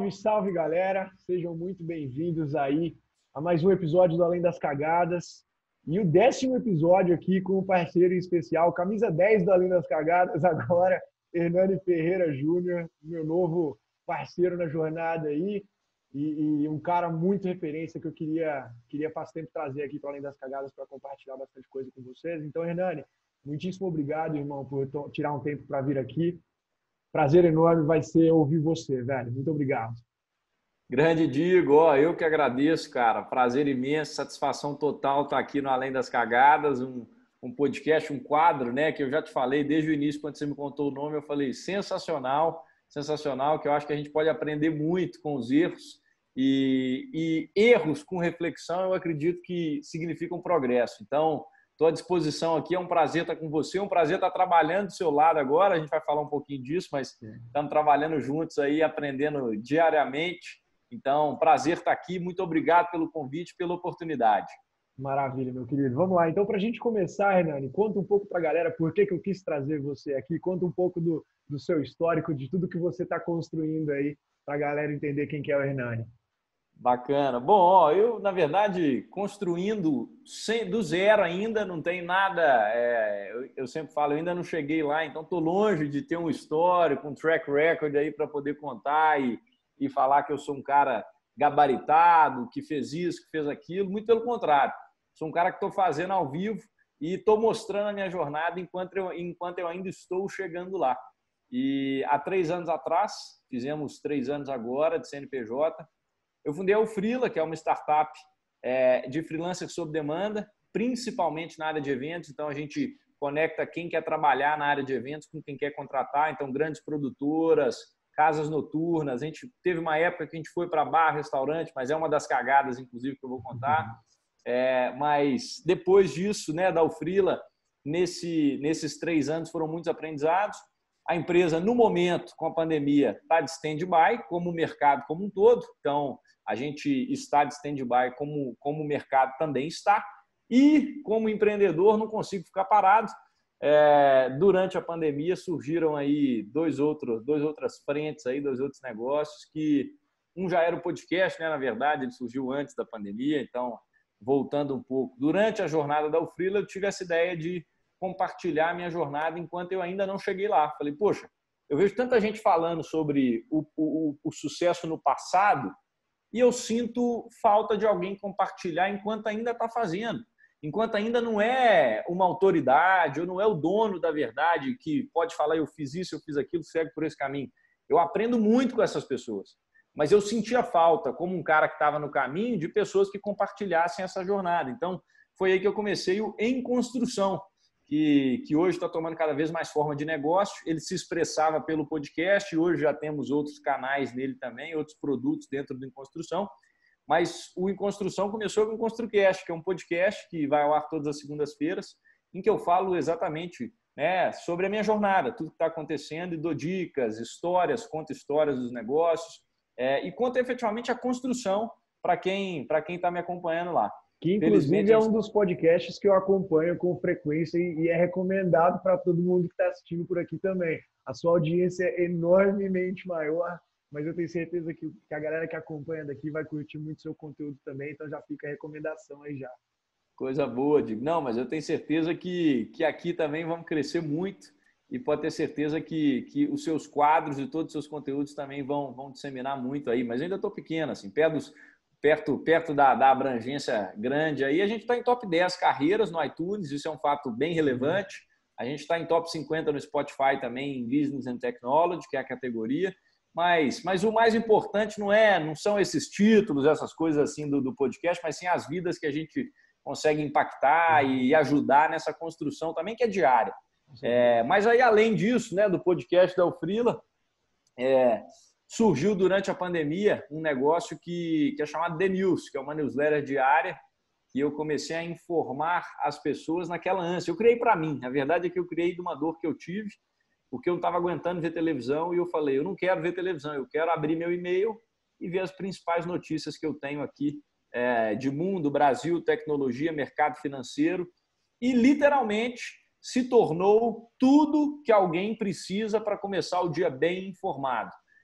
Salve, salve, galera! Sejam muito bem-vindos aí a mais um episódio do Além das Cagadas. E o 10º episódio aqui com um parceiro em especial, camisa 10 do Além das Cagadas, agora, Hernani Ferreira Júnior, meu novo parceiro na jornada aí, e um cara muito referência que eu queria faz tempo trazer aqui para Além das Cagadas para compartilhar bastante coisa com vocês. Então, Hernani, muitíssimo obrigado, irmão, por tirar um tempo para vir aqui. Prazer enorme vai ser ouvir você, velho. Muito obrigado. Grande Diego, eu que agradeço, cara. Prazer imenso, satisfação total estar aqui no Além das Cagadas, um podcast, um quadro, né? Que eu já te falei desde o início, quando você me contou o nome, eu falei sensacional, sensacional, que eu acho que a gente pode aprender muito com os erros e erros com reflexão, eu acredito que significam progresso. Então, estou à disposição aqui, é um prazer estar com você, é um prazer estar trabalhando do seu lado agora, a gente vai falar um pouquinho disso, mas estamos trabalhando juntos aí, aprendendo diariamente. Então, prazer estar aqui, muito obrigado pelo convite, pela oportunidade. Maravilha, meu querido. Vamos lá. Então, para a gente começar, Hernani, conta um pouco para a galera por que eu quis trazer você aqui, conta um pouco do seu histórico, de tudo que você está construindo aí, para a galera entender quem que é o Hernani. Bacana. Bom, eu, na verdade, construindo do zero ainda, não tem nada, eu sempre falo, eu ainda não cheguei lá, então estou longe de ter um histórico, um track record aí para poder contar e falar que eu sou um cara gabaritado, que fez isso, que fez aquilo, muito pelo contrário. Sou um cara que estou fazendo ao vivo e estou mostrando a minha jornada enquanto eu ainda estou chegando lá. E há 3 anos atrás, fizemos 3 anos agora de CNPJ, eu fundei a Ufrila, que é uma startup de freelancer sob demanda, principalmente na área de eventos. Então, a gente conecta quem quer trabalhar na área de eventos com quem quer contratar. Então, grandes produtoras, casas noturnas. A gente teve uma época que a gente foi para bar, restaurante, mas é uma das cagadas, inclusive, que eu vou contar. Mas depois disso, né, da Ufrila, nesses 3 anos foram muitos aprendizados. A empresa, no momento, com a pandemia, está de stand-by, como o mercado como um todo. Então, a gente está de stand-by como o mercado também está. E, como empreendedor, não consigo ficar parado. Durante a pandemia, surgiram aí duas outras frentes, aí, 2 outros negócios, que um já era o podcast, né? Na verdade, ele surgiu antes da pandemia. Então, voltando um pouco, durante a jornada da Ufrila, eu tive essa ideia de compartilhar a minha jornada enquanto eu ainda não cheguei lá. Falei, poxa, eu vejo tanta gente falando sobre o sucesso no passado e eu sinto falta de alguém compartilhar enquanto ainda está fazendo, enquanto ainda não é uma autoridade ou não é o dono da verdade que pode falar eu fiz isso, eu fiz aquilo, segue por esse caminho. Eu aprendo muito com essas pessoas, mas eu sentia falta, como um cara que estava no caminho, de pessoas que compartilhassem essa jornada. Então, foi aí que eu comecei o Em Construção, que hoje está tomando cada vez mais forma de negócio. Ele se expressava pelo podcast e hoje já temos outros canais nele também, outros produtos dentro do Em Construção. Mas o Em Construção começou com o ConstruCast, que é um podcast que vai ao ar todas as segundas-feiras, em que eu falo exatamente, né, sobre a minha jornada, tudo que está acontecendo, e dou dicas, histórias, conto histórias dos negócios e conto efetivamente a construção para quem está me acompanhando lá. Que, inclusive, é um dos podcasts que eu acompanho com frequência e é recomendado para todo mundo que está assistindo por aqui também. A sua audiência é enormemente maior, mas eu tenho certeza que a galera que acompanha daqui vai curtir muito seu conteúdo também, então já fica a recomendação aí já. Coisa boa, Diego. Não, mas eu tenho certeza que aqui também vamos crescer muito e pode ter certeza que os seus quadros e todos os seus conteúdos também vão disseminar muito aí. Mas eu ainda estou pequeno, assim, perto da abrangência grande aí. A gente está em top 10 carreiras no iTunes, isso é um fato bem relevante. A gente está em top 50 no Spotify também, em Business and Technology, que é a categoria. Mas o mais importante não são esses títulos, essas coisas assim do podcast, mas sim as vidas que a gente consegue impactar e ajudar nessa construção também, que é diária. Mas aí, além disso, né, do podcast da Ufrila, surgiu durante a pandemia um negócio que é chamado The News, que é uma newsletter diária, que eu comecei a informar as pessoas naquela ânsia. Eu criei para mim. A verdade é que eu criei de uma dor que eu tive, porque eu não estava aguentando ver televisão e eu falei, eu não quero ver televisão, eu quero abrir meu e-mail e ver as principais notícias que eu tenho aqui de mundo, Brasil, tecnologia, mercado financeiro. E, literalmente, se tornou tudo que alguém precisa para começar o dia bem informado.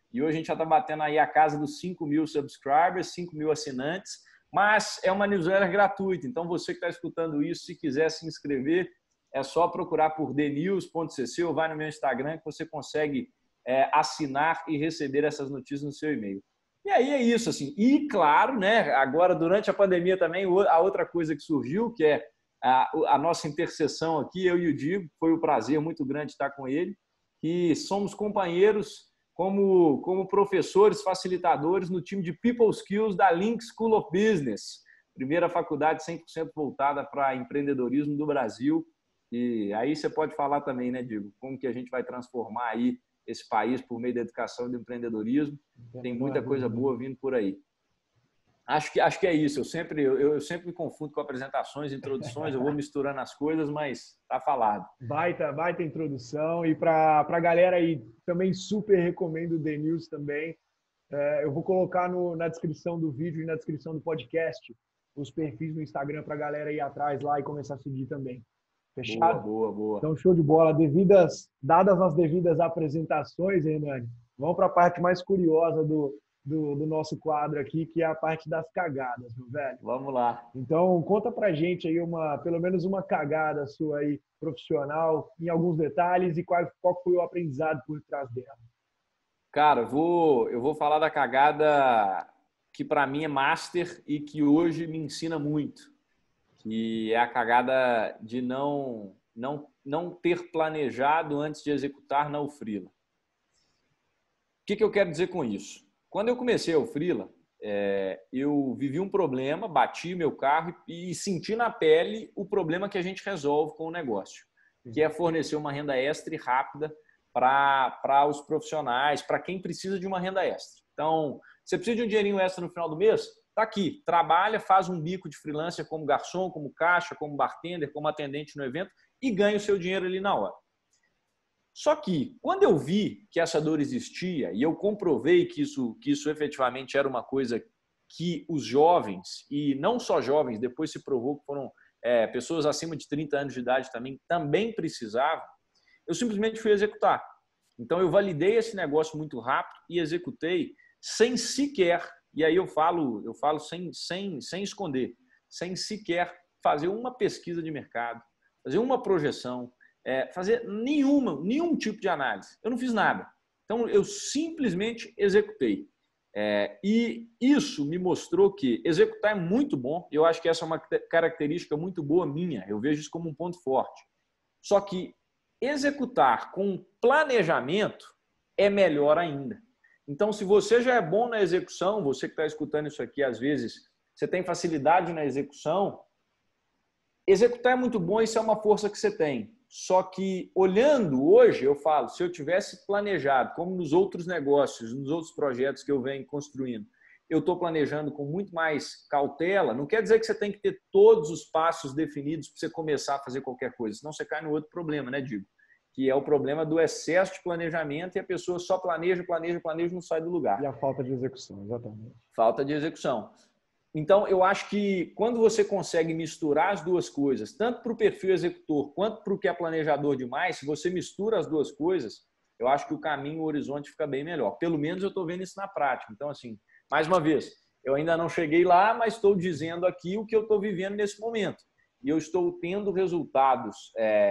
E hoje a gente já está batendo aí a casa dos 5.000 subscribers, 5.000 assinantes, mas é uma newsletter gratuita. Então, você que está escutando isso, se quiser se inscrever, é só procurar por thenews.cc ou vai no meu Instagram que você consegue assinar e receber essas notícias no seu e-mail. E aí é isso, assim. E, claro, né, agora, durante a pandemia também, a outra coisa que surgiu, que é a nossa interseção aqui, eu e o Diego, foi um prazer muito grande estar com ele, que somos companheiros como professores, facilitadores no time de People Skills da Link School of Business, primeira faculdade 100% voltada para empreendedorismo do Brasil. E aí você pode falar também, né, Diego, como que a gente vai transformar aí esse país por meio da educação e do empreendedorismo. Tem muita coisa boa vindo por aí. Acho que é isso. Eu sempre me confundo com apresentações, introduções, eu vou misturando as coisas, mas tá falado. Baita introdução. E para a galera aí, também super recomendo o The News também. Eu vou colocar na descrição do vídeo e na descrição do podcast os perfis no Instagram para a galera ir atrás lá e começar a seguir também. Fechado? Boa. Então, show de bola. Dadas as devidas apresentações, Hernani, vamos para a parte mais curiosa do nosso quadro aqui, que é a parte das cagadas, meu velho. Vamos lá. Então, conta pra gente aí pelo menos uma cagada sua aí profissional, em alguns detalhes, e qual foi o aprendizado por trás dela. Cara, eu vou falar da cagada que para mim é master e que hoje me ensina muito, que é a cagada de não ter planejado antes de executar na Ufrila. O que eu quero dizer com isso? Quando eu comecei a Ufrila, eu vivi um problema, bati meu carro e senti na pele o problema que a gente resolve com o negócio, que é fornecer uma renda extra e rápida para os profissionais, para quem precisa de uma renda extra. Então, você precisa de um dinheirinho extra no final do mês? Está aqui, trabalha, faz um bico de freelancer como garçom, como caixa, como bartender, como atendente no evento e ganha o seu dinheiro ali na hora. Só que, quando eu vi que essa dor existia e eu comprovei que isso efetivamente era uma coisa que os jovens, e não só jovens, depois se provou que foram pessoas acima de 30 anos de idade também precisavam, eu simplesmente fui executar. Então, eu validei esse negócio muito rápido e executei sem sequer, e aí eu falo sem esconder, sem sequer fazer uma pesquisa de mercado, fazer uma projeção, fazer nenhum tipo de análise. Eu não fiz nada. Então, eu simplesmente executei. E isso me mostrou que executar é muito bom. Eu acho que essa é uma característica muito boa minha. Eu vejo isso como um ponto forte. Só que executar com planejamento é melhor ainda. Então, se você já é bom na execução, você que está escutando isso aqui, às vezes, você tem facilidade na execução, executar é muito bom, isso é uma força que você tem. Só que, olhando hoje, eu falo, se eu tivesse planejado, como nos outros negócios, nos outros projetos que eu venho construindo, eu estou planejando com muito mais cautela, não quer dizer que você tem que ter todos os passos definidos para você começar a fazer qualquer coisa, senão você cai no outro problema, né, Diego? Que é o problema do excesso de planejamento e a pessoa só planeja e não sai do lugar. E a falta de execução, exatamente. Falta de execução. Então, eu acho que quando você consegue misturar as duas coisas, tanto para o perfil executor quanto para o que é planejador demais, se você mistura as duas coisas, eu acho que o caminho, o horizonte fica bem melhor. Pelo menos eu estou vendo isso na prática. Então, assim, mais uma vez, eu ainda não cheguei lá, mas estou dizendo aqui o que eu estou vivendo nesse momento. E eu estou tendo resultados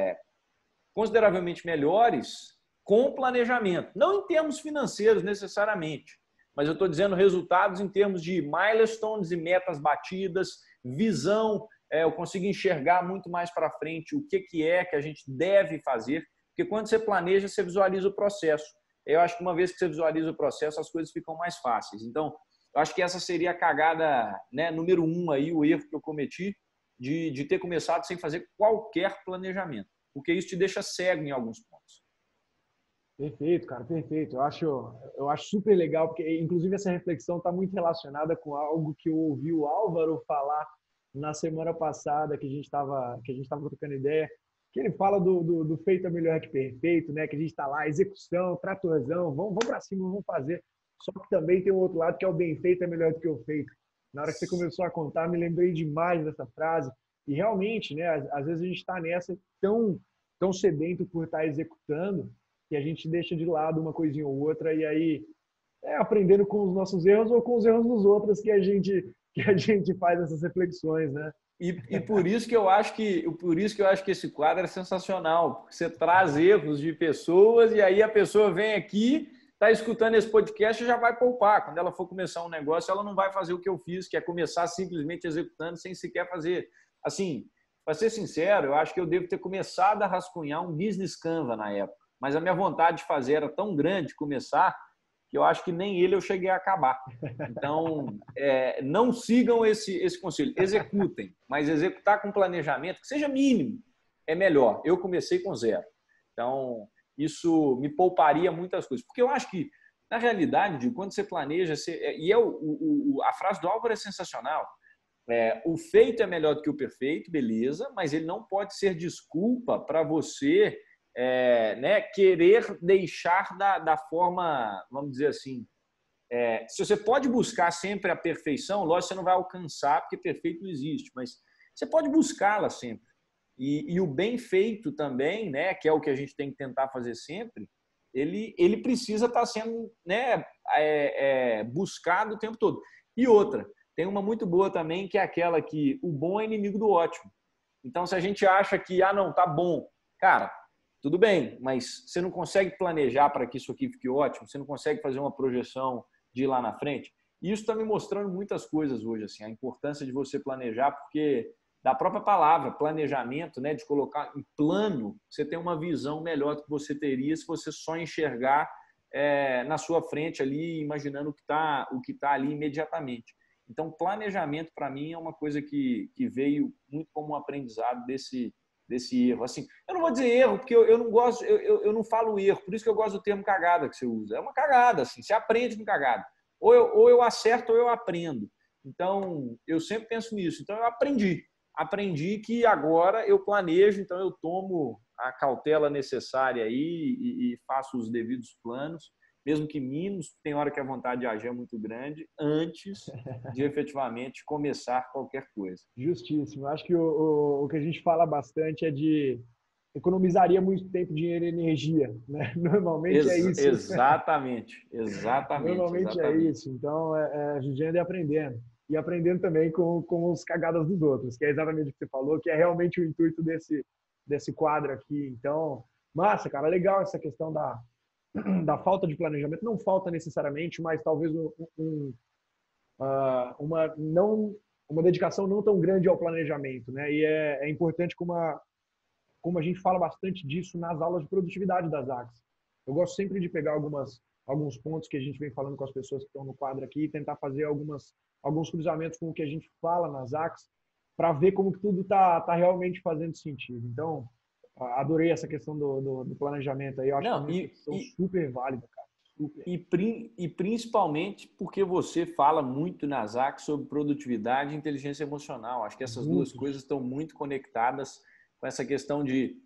consideravelmente melhores com planejamento. Não em termos financeiros necessariamente, mas eu estou dizendo resultados em termos de milestones e metas batidas, visão, eu consigo enxergar muito mais para frente o que é que a gente deve fazer, porque quando você planeja, você visualiza o processo. Eu acho que uma vez que você visualiza o processo, as coisas ficam mais fáceis. Então, eu acho que essa seria a cagada, né, número 1 aí, o erro que eu cometi de ter começado sem fazer qualquer planejamento, porque isso te deixa cego em alguns pontos. Perfeito, cara, perfeito. Eu acho super legal, porque inclusive essa reflexão está muito relacionada com algo que eu ouvi o Álvaro falar na semana passada, que a gente estava trocando ideia, que ele fala do feito é melhor que perfeito, né? Que a gente está lá, execução, tratorzão, vamos para cima, vamos fazer. Só que também tem o outro lado, que é o bem feito é melhor do que o feito. Na hora que você começou a contar, me lembrei demais dessa frase. E realmente, né? Às vezes a gente está nessa tão sedento por estar executando, que a gente deixa de lado uma coisinha ou outra, e aí aprendendo com os nossos erros ou com os erros dos outros que a gente faz essas reflexões, né? E por isso que eu acho que esse quadro é sensacional, porque você traz erros de pessoas e aí a pessoa vem aqui, está escutando esse podcast e já vai poupar. Quando ela for começar um negócio, ela não vai fazer o que eu fiz, que é começar simplesmente executando sem sequer fazer. Assim, para ser sincero, eu acho que eu devo ter começado a rascunhar um business Canva na época, mas a minha vontade de fazer era tão grande começar que eu acho que nem ele eu cheguei a acabar. Então, não sigam esse conselho. Executem, mas executar com planejamento, que seja mínimo, é melhor. Eu comecei com 0. Então, isso me pouparia muitas coisas. Porque eu acho que, na realidade, quando você planeja... a frase do Álvaro é sensacional. O feito é melhor do que o perfeito, beleza, mas ele não pode ser desculpa para você... querer deixar da forma, vamos dizer assim, se você pode buscar sempre a perfeição, lógico, você não vai alcançar, porque perfeito não existe, mas você pode buscá-la sempre. E o bem feito também, né, que é o que a gente tem que tentar fazer sempre, ele precisa estar sendo, né, buscado o tempo todo. E outra, tem uma muito boa também, que é aquela que o bom é inimigo do ótimo. Então, se a gente acha que, não, tá bom, cara, tudo bem, mas você não consegue planejar para que isso aqui fique ótimo? Você não consegue fazer uma projeção de ir lá na frente? E isso está me mostrando muitas coisas hoje, assim, a importância de você planejar, porque da própria palavra, planejamento, né, de colocar em plano, você tem uma visão melhor do que você teria se você só enxergar na sua frente ali, imaginando o que tá ali imediatamente. Então, planejamento, para mim, é uma coisa que veio muito como um aprendizado desse erro. Assim, eu não vou dizer erro, porque eu não gosto, eu não falo erro, por isso que eu gosto do termo cagada que você usa. É uma cagada, assim, você aprende com cagada. Ou eu acerto ou eu aprendo. Então, eu sempre penso nisso. Então, eu aprendi que agora eu planejo, então eu tomo a cautela necessária aí e faço os devidos planos, mesmo que mínimos, tem hora que a vontade de agir é muito grande, antes de efetivamente começar qualquer coisa. Justíssimo. Acho que o que a gente fala bastante é de economizaria muito tempo, dinheiro e energia, né? Normalmente é isso. Exatamente. Normalmente é isso. Então, vivendo e aprendendo. E aprendendo também com os cagadas dos outros, que é exatamente o que você falou, que é realmente o intuito desse quadro aqui. Então, massa, cara, legal essa questão da falta de planejamento. Não falta necessariamente, mas talvez uma dedicação não tão grande ao planejamento, né? E é importante como a gente fala bastante disso nas aulas de produtividade das AXS. Eu gosto sempre de pegar alguns pontos que a gente vem falando com as pessoas que estão no quadro aqui e tentar fazer alguns cruzamentos com o que a gente fala nas AXS para ver como que tudo tá realmente fazendo sentido. Então, adorei essa questão do planejamento aí. Eu acho que é uma questão super válida, cara. E principalmente porque você fala muito nas AXS sobre produtividade e inteligência emocional. Acho que essas duas coisas estão muito conectadas com essa questão de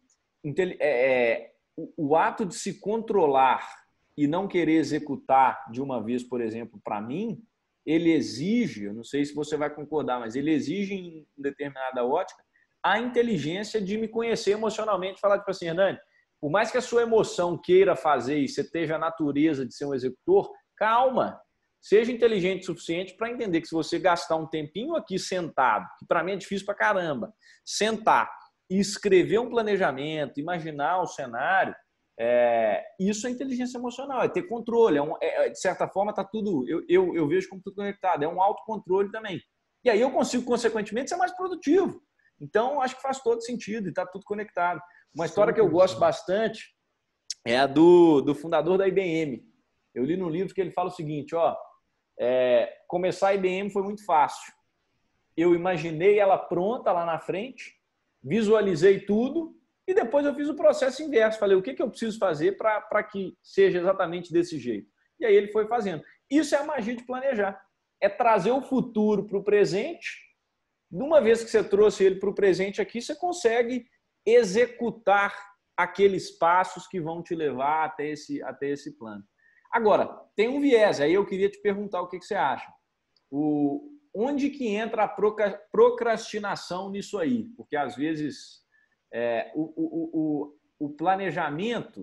o ato de se controlar e não querer executar de uma vez, por exemplo, para mim, ele exige, eu não sei se você vai concordar, mas ele exige em determinada ótica a inteligência de me conhecer emocionalmente, falar tipo assim, Hernani, por mais que a sua emoção queira fazer e você esteja a natureza de ser um executor, calma, seja inteligente o suficiente para entender que se você gastar um tempinho aqui sentado, que para mim é difícil para caramba, sentar e escrever um planejamento, imaginar o cenário, isso é inteligência emocional, é ter controle, de certa forma está tudo, eu vejo como tudo conectado, é um autocontrole também. E aí eu consigo, consequentemente, ser mais produtivo. Então, acho que faz todo sentido e está tudo conectado. Uma história que eu gosto bastante é a do fundador da IBM. Eu li num livro que ele fala o seguinte, começar a IBM foi muito fácil. Eu imaginei ela pronta lá na frente, visualizei tudo e depois eu fiz o processo inverso. Falei, o que eu preciso fazer para que seja exatamente desse jeito? E aí ele foi fazendo. Isso é a magia de planejar. É trazer o futuro para o presente. De uma vez que você trouxe ele para o presente aqui, você consegue executar aqueles passos que vão te levar até esse plano. Agora, tem um viés, aí eu queria te perguntar o que você acha. Onde que entra a procrastinação nisso aí? Porque, às vezes, o planejamento,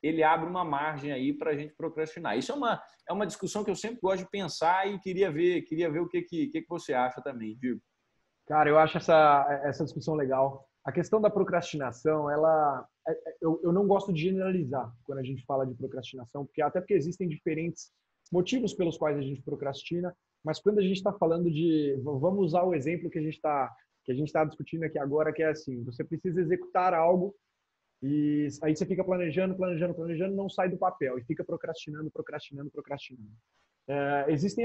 ele abre uma margem aí para a gente procrastinar. Isso é uma discussão que eu sempre gosto de pensar e queria ver o que você acha também, Diego. Cara, eu acho essa discussão legal. A questão da procrastinação, eu não gosto de generalizar quando a gente fala de procrastinação, até porque existem diferentes motivos pelos quais a gente procrastina, mas quando a gente está falando vamos usar o exemplo que a gente está discutindo aqui agora, que é assim, você precisa executar algo e aí você fica planejando, não sai do papel e fica procrastinando. Existem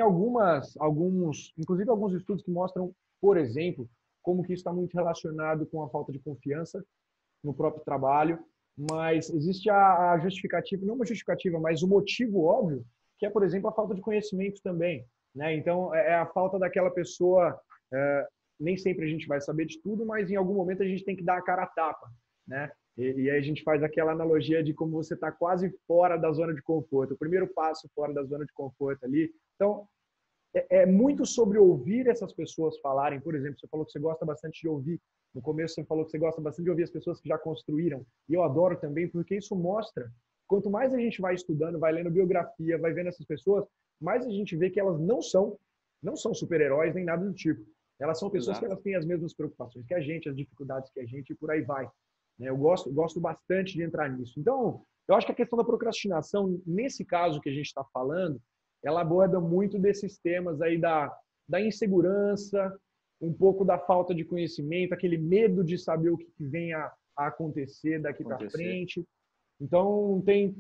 inclusive alguns estudos que mostram, por exemplo, como que isso está muito relacionado com a falta de confiança no próprio trabalho, mas existe a justificativa, não uma justificativa, mas o motivo óbvio, que é, por exemplo, a falta de conhecimento também, né? Então, é a falta daquela pessoa, nem sempre a gente vai saber de tudo, mas em algum momento a gente tem que dar a cara a tapa, né? E aí a gente faz aquela analogia de como você está quase fora da zona de conforto, o primeiro passo fora da zona de conforto ali. Então, é muito sobre ouvir essas pessoas falarem. Por exemplo, você falou que você gosta bastante de ouvir. No começo você falou que você gosta bastante de ouvir as pessoas que já construíram. E eu adoro também, porque isso mostra, quanto mais a gente vai estudando, vai lendo biografia, vai vendo essas pessoas, mais a gente vê que elas não são super-heróis nem nada do tipo. Elas são pessoas que elas têm as mesmas preocupações que a gente, as dificuldades que a gente, e por aí vai. Eu gosto bastante de entrar nisso. Então, eu acho que a questão da procrastinação, nesse caso que a gente está falando, ela aborda muito desses temas aí da insegurança, um pouco da falta de conhecimento, aquele medo de saber o que vem a acontecer daqui para frente. Então,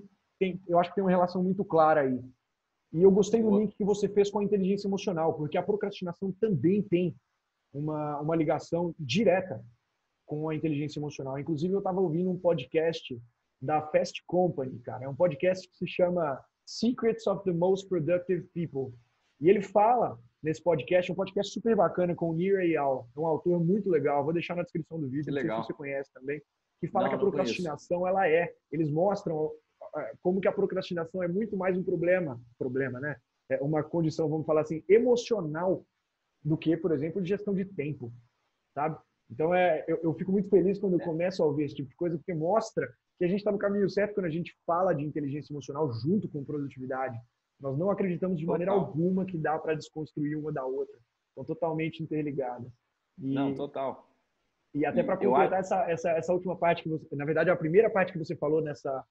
eu acho que tem uma relação muito clara aí. E eu gostei do link que você fez com a inteligência emocional, porque a procrastinação também tem uma ligação direta com a inteligência emocional. Inclusive, eu estava ouvindo um podcast da Fast Company, cara. É um podcast que se chama Secrets of the Most Productive People. E ele fala nesse podcast, um podcast super bacana com o Nir Eyal, um autor muito legal. Vou deixar na descrição do vídeo, não sei se você conhece também, que fala que a procrastinação, eles mostram como que a procrastinação é muito mais um problema, né? É uma condição, vamos falar assim, emocional do que, por exemplo, de gestão de tempo, sabe? Então, eu fico muito feliz quando eu começo a ouvir esse tipo de coisa, porque mostra que a gente está no caminho certo quando a gente fala de inteligência emocional junto com produtividade. Nós não acreditamos de maneira alguma que dá para desconstruir uma da outra. Estão totalmente interligadas. Total. E até para completar essa última parte que você... Na verdade, a primeira parte que você falou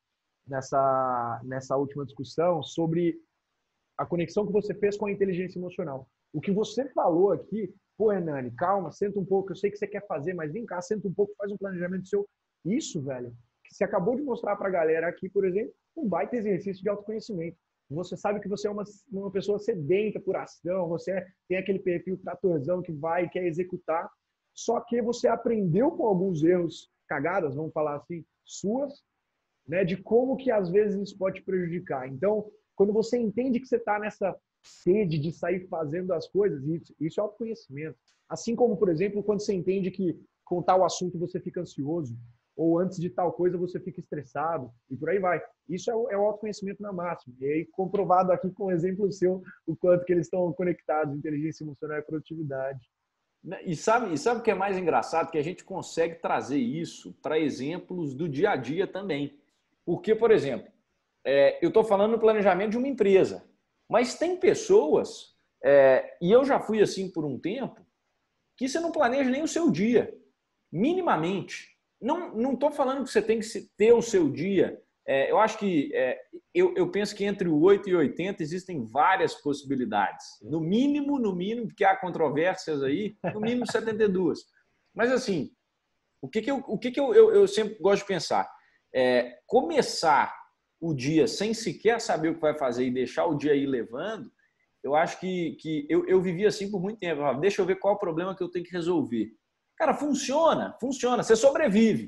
nessa última discussão sobre a conexão que você fez com a inteligência emocional. O que você falou aqui, pô, Hernani, calma, senta um pouco, eu sei que você quer fazer, mas vem cá, senta um pouco, faz um planejamento seu. Isso, velho, que você acabou de mostrar para a galera aqui, por exemplo, um baita exercício de autoconhecimento. Você sabe que você é uma pessoa sedenta por ação, você tem aquele perfil tratorzão que vai e quer executar, só que você aprendeu com alguns erros, cagadas, vamos falar assim, suas, né, de como que às vezes isso pode te prejudicar. Então, quando você entende que você está nessa sede de sair fazendo as coisas, isso é autoconhecimento. Assim como, por exemplo, quando você entende que com tal assunto você fica ansioso, ou antes de tal coisa você fica estressado, e por aí vai. Isso é o autoconhecimento na máxima. E aí, comprovado aqui com o exemplo seu, o quanto que eles estão conectados, inteligência emocional e produtividade. E sabe o que é mais engraçado? Que a gente consegue trazer isso para exemplos do dia a dia também. Porque, por exemplo, eu estou falando no planejamento de uma empresa, mas tem pessoas, e eu já fui assim por um tempo, que você não planeja nem o seu dia, minimamente. Não estou falando que você tem que ter o seu dia. Eu acho que, eu penso que entre o 8 e 80 existem várias possibilidades. No mínimo, porque há controvérsias aí, no mínimo 72. Mas assim, o que eu sempre gosto de pensar? Começar o dia sem sequer saber o que vai fazer e deixar o dia ir levando, eu acho que eu vivi assim por muito tempo. Deixa eu ver qual é o problema que eu tenho que resolver. Cara, funciona. Você sobrevive.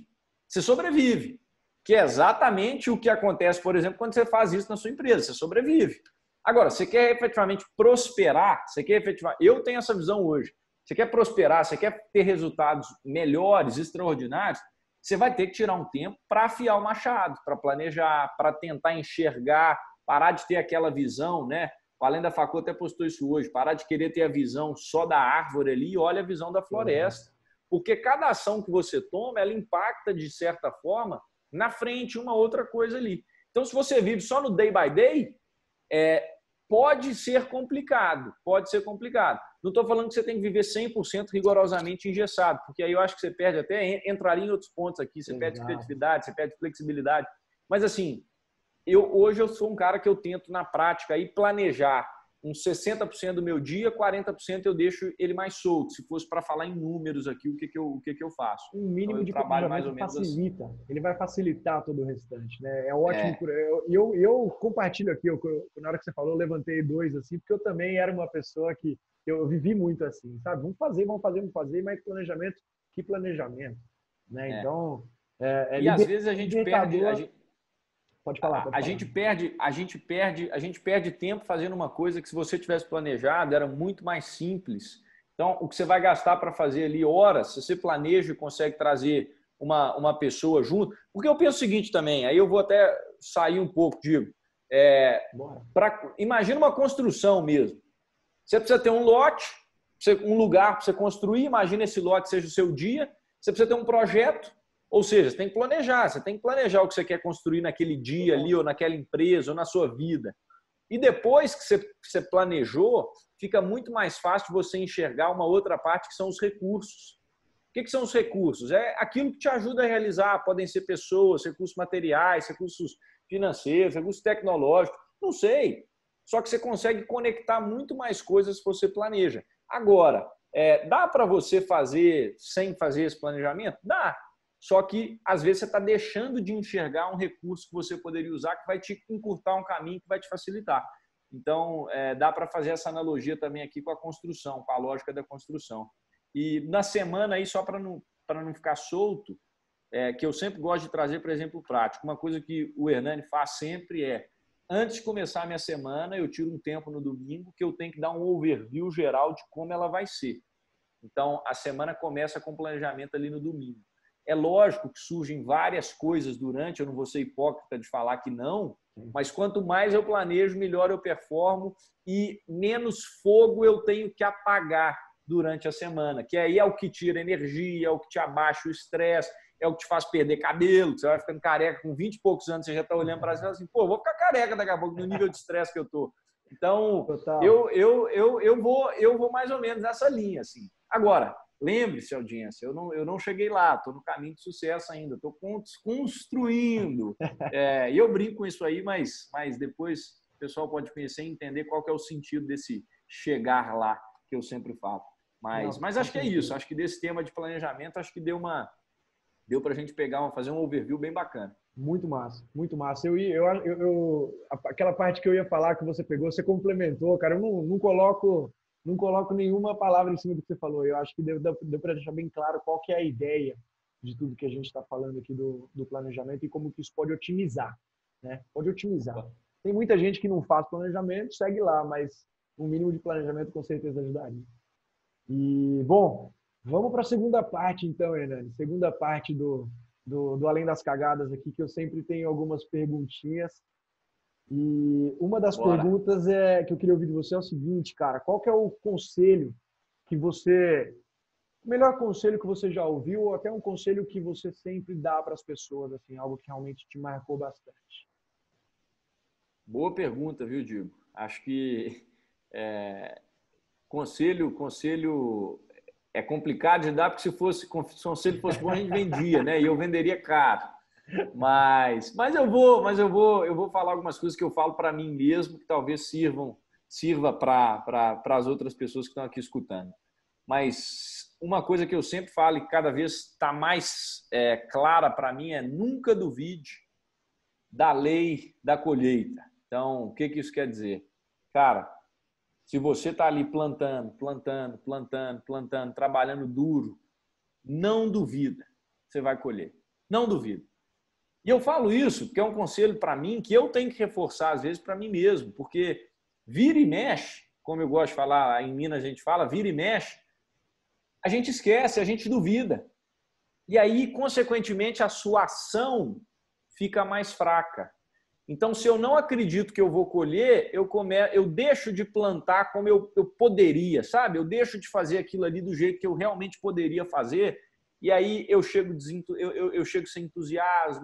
Que é exatamente o que acontece, por exemplo, quando você faz isso na sua empresa. Você sobrevive. Agora, você quer efetivamente prosperar? Eu tenho essa visão hoje. Você quer prosperar? Você quer ter resultados melhores, extraordinários? Você vai ter que tirar um tempo para afiar o machado, para planejar, para tentar enxergar, parar de ter aquela visão, né? O Além da Facul até postou isso hoje, parar de querer ter a visão só da árvore ali e olha a visão da floresta. Porque cada ação que você toma, ela impacta, de certa forma, na frente uma outra coisa ali. Então, se você vive só no day by day, pode ser complicado, pode ser complicado. Não estou falando que você tem que viver 100% rigorosamente engessado, porque aí eu acho que você perde até, entraria em outros pontos aqui, você perde criatividade, você perde flexibilidade. Mas assim, hoje eu sou um cara que eu tento na prática aí planejar uns 60% do meu dia, 40% eu deixo ele mais solto. Se fosse para falar em números aqui, o que eu faço? Um mínimo então, de trabalho mais ou planejamento menos facilita. assim. Ele vai facilitar todo o restante, né? É ótimo. Eu compartilho aqui, na hora que você falou, eu levantei dois assim, porque eu também era uma pessoa que eu vivi muito assim, sabe? Vamos fazer, mas que planejamento, né? Então, E às vezes a gente perde, Pode falar, pode falar. A gente perde tempo fazendo uma coisa que, se você tivesse planejado, era muito mais simples. Então, o que você vai gastar para fazer ali horas, se você planeja e consegue trazer uma pessoa junto. Porque eu penso o seguinte também, aí eu vou até sair um pouco, digo. Imagina uma construção mesmo. Você precisa ter um lote, um lugar para você construir. Imagina esse lote seja o seu dia. Você precisa ter um projeto. Ou seja, você tem que planejar o que você quer construir naquele dia ali, ou naquela empresa, ou na sua vida. E depois que você planejou, fica muito mais fácil você enxergar uma outra parte, que são os recursos. O que são os recursos? É aquilo que te ajuda a realizar. Podem ser pessoas, recursos materiais, recursos financeiros, recursos tecnológicos, não sei. Só que você consegue conectar muito mais coisas se você planeja. Agora, dá para você fazer sem fazer esse planejamento? Dá. Só que, às vezes, você está deixando de enxergar um recurso que você poderia usar, que vai te encurtar um caminho, que vai te facilitar. Então, dá para fazer essa analogia também aqui com a construção, com a lógica da construção. E na semana, aí, só para não ficar solto, que eu sempre gosto de trazer, por exemplo, prático. Uma coisa que o Hernani faz sempre antes de começar a minha semana, eu tiro um tempo no domingo que eu tenho que dar um overview geral de como ela vai ser. Então, a semana começa com planejamento ali no domingo. É lógico que surgem várias coisas durante, eu não vou ser hipócrita de falar que não, mas quanto mais eu planejo, melhor eu performo e menos fogo eu tenho que apagar durante a semana, que aí é o que tira energia, é o que te abaixa o estresse, é o que te faz perder cabelo, você vai ficando careca com 20 e poucos anos, você já está olhando para cima assim, pô, vou ficar careca daqui a pouco, no nível de estresse que eu estou. Então, eu vou mais ou menos nessa linha, assim. Agora, lembre-se, audiência, eu não cheguei lá, estou no caminho de sucesso ainda, estou construindo. E eu brinco com isso aí, mas depois o pessoal pode conhecer e entender qual que é o sentido desse chegar lá, que eu sempre falo. Mas acho que é isso, acho que desse tema de planejamento, acho que deu para a gente fazer um overview bem bacana. Muito massa, muito massa. Aquela parte que eu ia falar que você pegou, você complementou, cara. Eu não coloco nenhuma palavra em cima do que você falou. Eu acho que deu para deixar bem claro qual que é a ideia de tudo que a gente está falando aqui do planejamento e como que isso pode otimizar, né? Pode otimizar. Tem muita gente que não faz planejamento, segue lá, mas um mínimo de planejamento com certeza ajudaria. E, bom, vamos para a segunda parte, então, Hernani. Segunda parte do Além das Cagadas aqui, que eu sempre tenho algumas perguntinhas. E uma das perguntas que eu queria ouvir de você é o seguinte, cara. Qual que é o conselho o melhor conselho que você já ouviu, ou até um conselho que você sempre dá para as pessoas, assim, algo que realmente te marcou bastante? Boa pergunta, viu, Diego? Acho que conselho é complicado de dar, porque se conselho fosse bom, a gente vendia, né? E eu venderia caro. Mas eu vou falar algumas coisas que eu falo para mim mesmo, que talvez sirva para as outras pessoas que estão aqui escutando. Mas uma coisa que eu sempre falo e cada vez está mais clara para mim é: nunca duvide da lei da colheita. Então, o que isso quer dizer? Cara, se você está ali plantando, trabalhando duro, não duvida, você vai colher. Não duvida. E eu falo isso porque é um conselho para mim que eu tenho que reforçar às vezes para mim mesmo, porque vira e mexe, como eu gosto de falar, em Minas a gente fala, vira e mexe, a gente esquece, a gente duvida. E aí, consequentemente, a sua ação fica mais fraca. Então, se eu não acredito que eu vou colher, eu deixo de plantar como eu poderia, sabe? Eu deixo de fazer aquilo ali do jeito que eu realmente poderia fazer, e aí eu chego sem entusiasmo,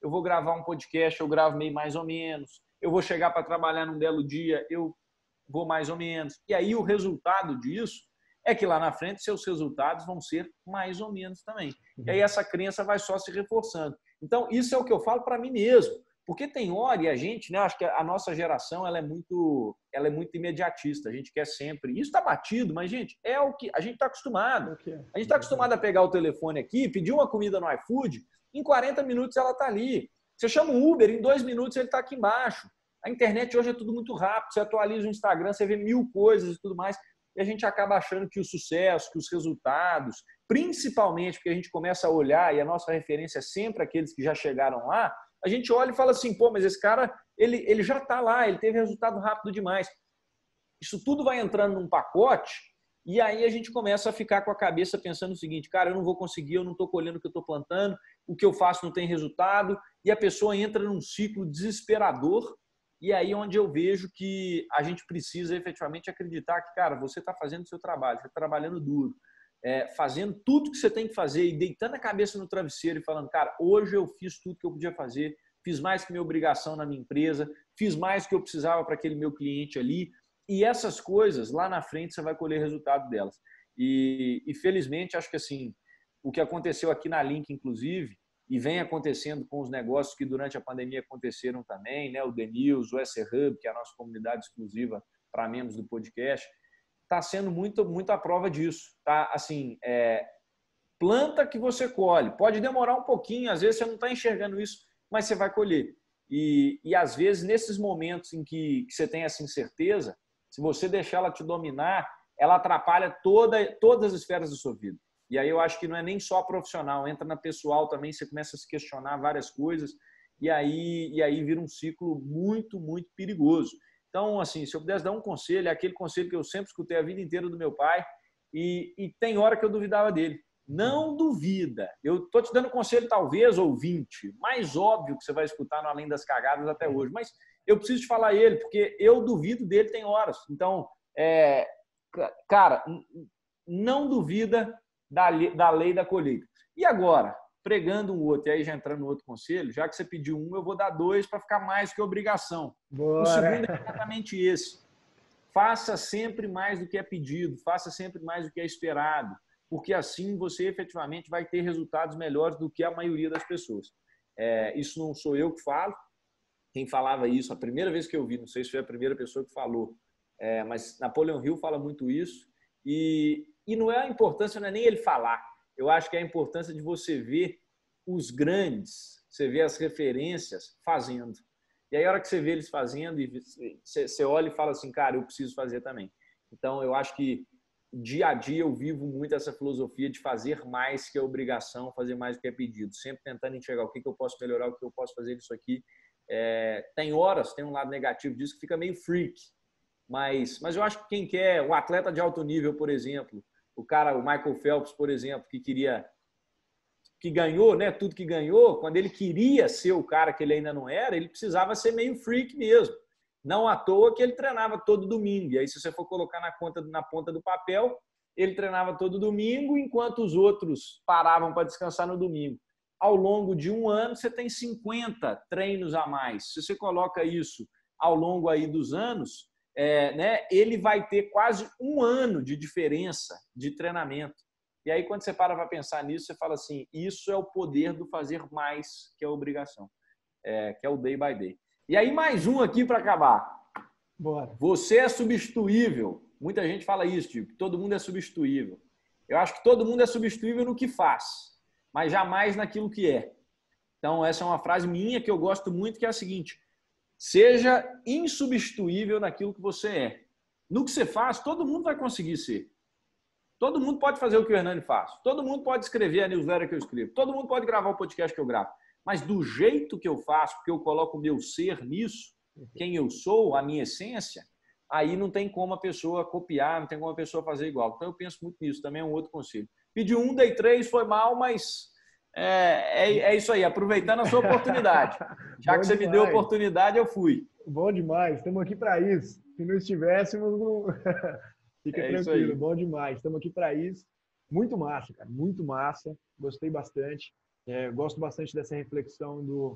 eu vou gravar um podcast, eu gravo meio mais ou menos, eu vou chegar para trabalhar num belo dia, eu vou mais ou menos. E aí o resultado disso é que lá na frente seus resultados vão ser mais ou menos também. E aí essa crença vai só se reforçando. Então, isso é o que eu falo para mim mesmo. Porque tem hora, e a gente, né, acho que a nossa geração ela é muito imediatista. A gente quer sempre. Isso está batido, mas, gente, é o que a gente está acostumado. A gente está acostumado a pegar o telefone aqui, pedir uma comida no iFood, em 40 minutos ela está ali. Você chama um Uber, em 2 minutos ele está aqui embaixo. A internet hoje é tudo muito rápido. Você atualiza o Instagram, você vê 1000 coisas e tudo mais. E a gente acaba achando que o sucesso, que os resultados, principalmente porque a gente começa a olhar, e a nossa referência é sempre aqueles que já chegaram lá, a gente olha e fala assim, pô, mas esse cara, ele já está lá, ele teve resultado rápido demais. Isso tudo vai entrando num pacote e aí a gente começa a ficar com a cabeça pensando o seguinte, cara, eu não vou conseguir, eu não estou colhendo o que eu estou plantando, o que eu faço não tem resultado, e a pessoa entra num ciclo desesperador. E aí onde eu vejo que a gente precisa efetivamente acreditar que, cara, você está fazendo o seu trabalho, você está trabalhando duro, fazendo tudo que você tem que fazer e deitando a cabeça no travesseiro e falando, cara, hoje eu fiz tudo que eu podia fazer, fiz mais que minha obrigação na minha empresa, fiz mais do que eu precisava para aquele meu cliente ali. E essas coisas, lá na frente, você vai colher resultado delas. E felizmente, acho que assim, o que aconteceu aqui na Link, inclusive, e vem acontecendo com os negócios que durante a pandemia aconteceram também, né? O The News, o SC Hub, que é a nossa comunidade exclusiva para membros do podcast, está sendo muito a prova disso. Tá? Assim, planta que você colhe. Pode demorar um pouquinho, às vezes você não está enxergando isso, mas você vai colher. E às vezes, nesses momentos em que você tem essa incerteza, se você deixar ela te dominar, ela atrapalha todas as esferas da sua vida. E aí eu acho que não é nem só profissional, entra na pessoal também, você começa a se questionar várias coisas e aí vira um ciclo muito perigoso. Então, assim, se eu pudesse dar um conselho, é aquele conselho que eu sempre escutei a vida inteira do meu pai e tem hora que eu duvidava dele. Não duvida. Eu estou te dando conselho, talvez, ouvinte, mais óbvio que você vai escutar no Além das Cagadas até hoje, mas eu preciso te falar ele, porque eu duvido dele tem horas. Então, cara, não duvida da lei da colheita. E agora, pregando um outro, e aí já entrando no outro conselho, já que você pediu um, eu vou dar 2 para ficar mais que obrigação. Bora. O segundo é exatamente esse. Faça sempre mais do que é pedido, faça sempre mais do que é esperado, porque assim você efetivamente vai ter resultados melhores do que a maioria das pessoas. Isso não sou eu que falo, quem falava isso, a primeira vez que eu vi, não sei se foi a primeira pessoa que falou, mas Napoleon Hill fala muito isso, e não é a importância, não é nem ele falar, eu acho que é a importância de você ver os grandes, você ver as referências fazendo. E aí, a hora que você vê eles fazendo, e você olha e fala assim, cara, eu preciso fazer também. Então, eu acho que dia a dia eu vivo muito essa filosofia de fazer mais que a obrigação, fazer mais do que é pedido. Sempre tentando enxergar o que eu posso melhorar, o que eu posso fazer disso aqui. Tem horas, tem um lado negativo disso que fica meio freak. Mas eu acho que quem quer, o atleta de alto nível, por exemplo, o Michael Phelps, por exemplo, que ganhou, né, tudo que ganhou, quando ele queria ser o cara que ele ainda não era, ele precisava ser meio freak mesmo. Não à toa que ele treinava todo domingo. E aí, se você for colocar na ponta do papel, ele treinava todo domingo, enquanto os outros paravam para descansar no domingo. Ao longo de um ano, você tem 50 treinos a mais. Se você coloca isso ao longo aí dos anos, né, ele vai ter quase um ano de diferença de treinamento. E aí, quando você para pensar nisso, você fala assim, isso é o poder do fazer mais que a obrigação, que é o day by day. E aí, mais um aqui para acabar. Bora. Você é substituível. Muita gente fala isso, tipo, todo mundo é substituível. Eu acho que todo mundo é substituível no que faz, mas jamais naquilo que é. Então, essa é uma frase minha que eu gosto muito, que é a seguinte, seja insubstituível naquilo que você é. No que você faz, todo mundo vai conseguir ser. Todo mundo pode fazer o que o Hernani faz. Todo mundo pode escrever a newsletter que eu escrevo. Todo mundo pode gravar o podcast que eu gravo. Mas do jeito que eu faço, porque eu coloco o meu ser nisso, quem eu sou, a minha essência, aí não tem como a pessoa copiar, não tem como a pessoa fazer igual. Então eu penso muito nisso. Também é um outro conselho. Pedi 1, dei 3, foi mal, mas é isso aí. Aproveitando a sua oportunidade. Já que você me deu a oportunidade, eu fui. Bom demais. Estamos aqui para isso. Se não estivéssemos, não... Fica tranquilo. Bom demais. Estamos aqui para isso. Muito massa, cara. Muito massa. Gostei bastante. Gosto bastante dessa reflexão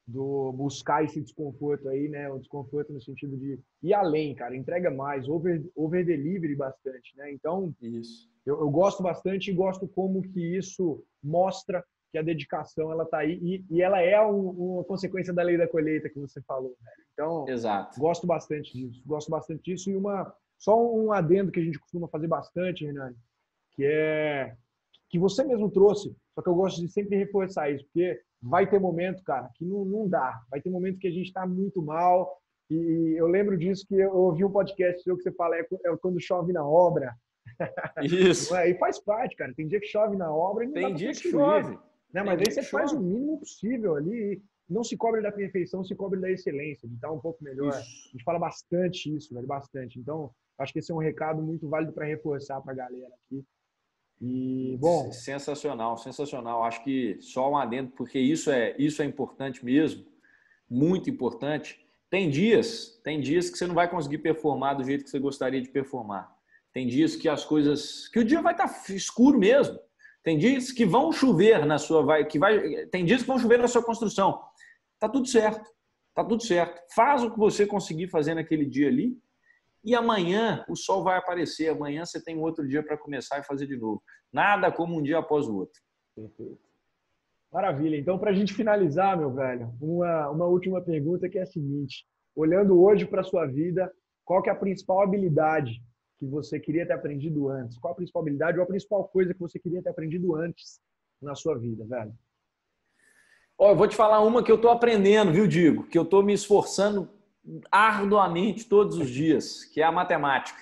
do buscar esse desconforto aí, né? O desconforto no sentido de ir além, cara, entrega mais, over delivery bastante, né? Então, Isso. eu gosto bastante e gosto como que isso mostra que a dedicação ela tá aí e ela é uma consequência da lei da colheita que você falou, velho. Então, Exato. gosto bastante disso. Gosto bastante disso e só um adendo que a gente costuma fazer bastante, Renan, que é que você mesmo trouxe, só que eu gosto de sempre reforçar isso, porque vai ter momento, cara, que não dá. Vai ter momento que a gente está muito mal. E eu lembro disso que eu ouvi um podcast seu que você fala, é quando chove na obra. Isso. E faz parte, cara. Tem dia que chove na obra e não dá Tem para dia que construir. chove. Né? Tem Mas aí dia que você faz o chove. mínimo possível ali. Não se cobre da perfeição, se cobre da excelência, de estar um pouco melhor. A Isso. gente fala bastante isso, velho, bastante. Então, acho que esse é um recado muito válido para reforçar para a galera aqui. E, bom... Sensacional, sensacional. Acho que só um adendo, porque isso é importante mesmo, muito importante. Tem dias que você não vai conseguir performar do jeito que você gostaria de performar. Tem dias que as coisas... que o dia vai estar escuro mesmo. Tem dias que vão chover na sua... tem dias que vão chover na sua construção. Tá tudo certo. Tá tudo certo. Faz o que você conseguir fazer naquele dia ali e amanhã o sol vai aparecer. Amanhã você tem um outro dia para começar e fazer de novo. Nada como um dia após o outro. Perfeito. Maravilha. Então, para a gente finalizar, meu velho, uma última pergunta que é a seguinte. Olhando hoje para a sua vida, qual que é a principal habilidade que você queria ter aprendido antes? Qual a principal habilidade ou a principal coisa que você queria ter aprendido antes na sua vida, velho? Ó, eu vou te falar uma que eu estou aprendendo, viu, Digo? Que eu estou me esforçando arduamente todos os dias, que é a matemática.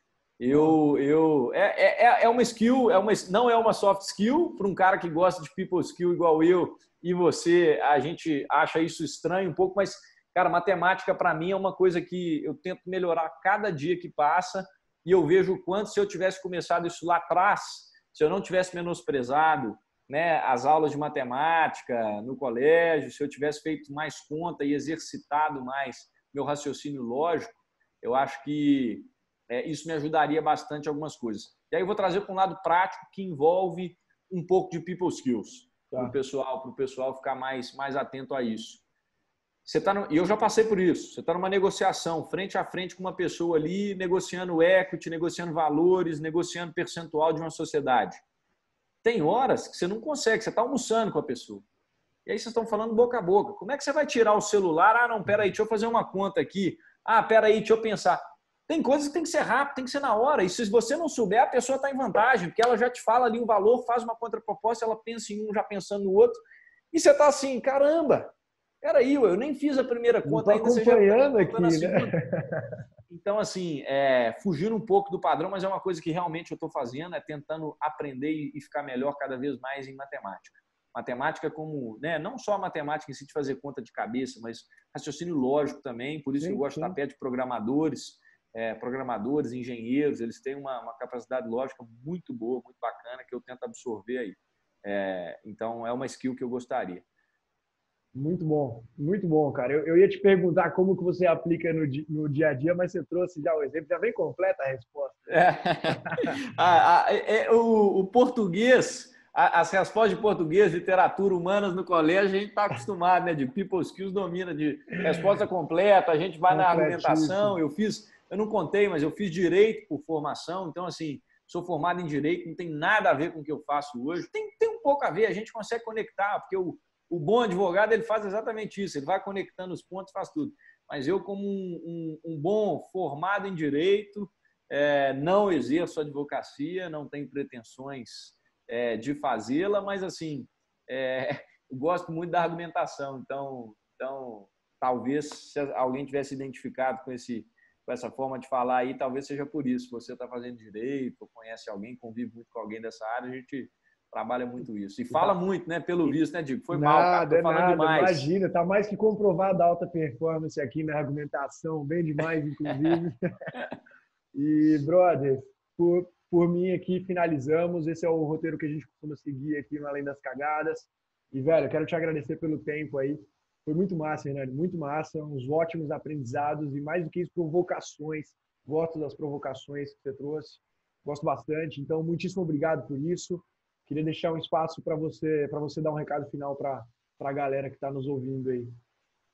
É uma skill, não é uma soft skill para um cara que gosta de people skill igual eu e você. A gente acha isso estranho um pouco, mas, cara, matemática para mim é uma coisa que eu tento melhorar cada dia que passa e eu vejo o quanto se eu tivesse começado isso lá atrás, se eu não tivesse menosprezado, né, as aulas de matemática no colégio, se eu tivesse feito mais conta e exercitado mais meu raciocínio lógico, eu acho que isso me ajudaria bastante em algumas coisas. E aí eu vou trazer para um lado prático que envolve um pouco de people skills, para o pessoal ficar mais atento a isso. E eu já passei por isso. Você está numa negociação, frente a frente com uma pessoa ali, negociando equity, negociando valores, negociando percentual de uma sociedade. Tem horas que você não consegue, você está almoçando com a pessoa. E aí vocês estão falando boca a boca. Como é que você vai tirar o celular? Ah, não, peraí, deixa eu fazer uma conta aqui. Ah, peraí, deixa eu pensar. Tem coisas que tem que ser rápido, tem que ser na hora. E se você não souber, a pessoa está em vantagem, porque ela já te fala ali um valor, faz uma contraproposta, ela pensa em um já pensando no outro. E você está assim, caramba, peraí, eu nem fiz a primeira conta ainda, você já está aqui, na né? segunda. Então, assim, fugindo um pouco do padrão, mas é uma coisa que realmente eu estou fazendo, é tentando aprender e ficar melhor cada vez mais em matemática. Matemática como, né, não só a matemática em si de fazer conta de cabeça, mas raciocínio lógico também, por isso que eu gosto de estar perto de programadores, engenheiros, eles têm uma capacidade lógica muito boa, muito bacana, que eu tento absorver aí. Então, é uma skill que eu gostaria. Muito bom, cara. Eu ia te perguntar como que você aplica no dia a dia, mas você trouxe já o exemplo, já vem completa a resposta. O português, as respostas de português, literatura, humanas no colégio, a gente está acostumado, né? De people skills domina, de resposta completa, a gente vai na argumentação. Eu não contei, mas eu fiz direito por formação, então, assim, sou formado em direito, não tem nada a ver com o que eu faço hoje. Tem um pouco a ver, a gente consegue conectar, porque o bom advogado, ele faz exatamente isso, ele vai conectando os pontos, faz tudo. Mas eu, como um bom formado em direito, não exerço advocacia, não tenho pretensões de fazê-la, mas, assim, eu gosto muito da argumentação. Então talvez, se alguém tivesse identificado com essa forma de falar aí, talvez seja por isso. Você está fazendo direito, ou conhece alguém, convive muito com alguém dessa área, a gente trabalha muito isso. E fala muito, né? Pelo visto, né, Diego? Foi mal, cara. Tô falando demais. Imagina, tá mais que comprovada a alta performance aqui na argumentação, bem demais, inclusive. E, brother, por mim aqui finalizamos. Esse é o roteiro que a gente costuma seguir aqui no Além das Cagadas. E, velho, eu quero te agradecer pelo tempo aí. Foi muito massa, Renan, muito massa. Uns ótimos aprendizados e, mais do que isso, provocações. Gosto das provocações que você trouxe. Gosto bastante. Então, muitíssimo obrigado por isso. Queria deixar um espaço para você dar um recado final para a galera que está nos ouvindo aí.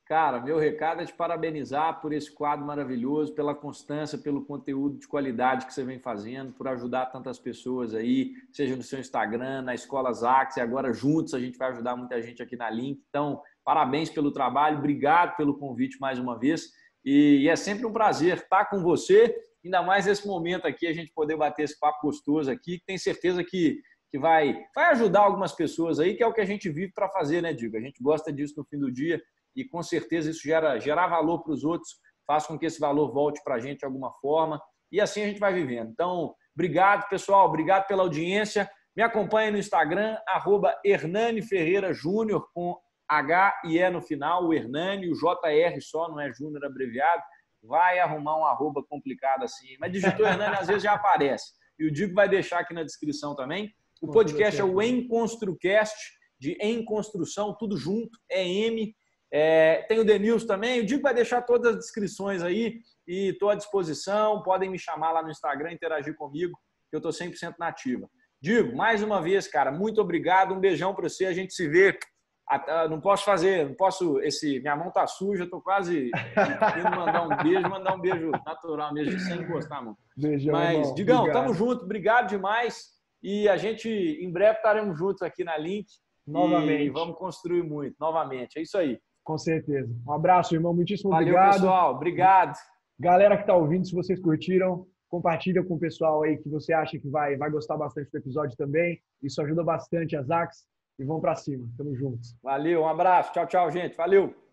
Cara, meu recado é te parabenizar por esse quadro maravilhoso, pela constância, pelo conteúdo de qualidade que você vem fazendo, por ajudar tantas pessoas aí, seja no seu Instagram, na Escola Zax, e agora juntos a gente vai ajudar muita gente aqui na Link. Então, parabéns pelo trabalho, obrigado pelo convite mais uma vez. E é sempre um prazer estar com você, ainda mais nesse momento aqui, a gente poder bater esse papo gostoso aqui, que tenho certeza que vai ajudar algumas pessoas aí, que é o que a gente vive para fazer, né, Diego? A gente gosta disso no fim do dia. E com certeza isso gera valor para os outros, faz com que esse valor volte para a gente de alguma forma, e assim a gente vai vivendo. Então, obrigado, pessoal, obrigado pela audiência. Me acompanhe no Instagram, @HernaniFerreiraJúnior, com H e E no final, o Hernani, o JR só, não é Júnior abreviado. Vai arrumar um arroba complicado assim, mas digitou Hernani, às vezes já aparece. E o Diego vai deixar aqui na descrição também. O podcast é o Em Construcast, de Em Construção, tudo junto, é M. Tem o Denilson também. O Diego vai deixar todas as descrições aí e estou à disposição. Podem me chamar lá no Instagram, interagir comigo, que eu estou 100% nativa. Diego, mais uma vez, cara, muito obrigado. Um beijão para você. A gente se vê. Não posso. Minha mão tá suja, estou quase indo mandar um beijo natural mesmo, sem encostar a mão. Beijão, mas, irmão. Digão, obrigado. Tamo junto. Obrigado demais. E a gente, em breve, estaremos juntos aqui na Link. Novamente. E vamos construir muito, novamente. É isso aí. Com certeza. Um abraço, irmão. Muitíssimo Valeu, obrigado. pessoal. Obrigado. Galera que está ouvindo, se vocês curtiram, compartilha com o pessoal aí que você acha que vai gostar bastante do episódio também. Isso ajuda bastante a Zax. E vamos para cima. Tamo juntos. Valeu, um abraço. Tchau, tchau, gente. Valeu.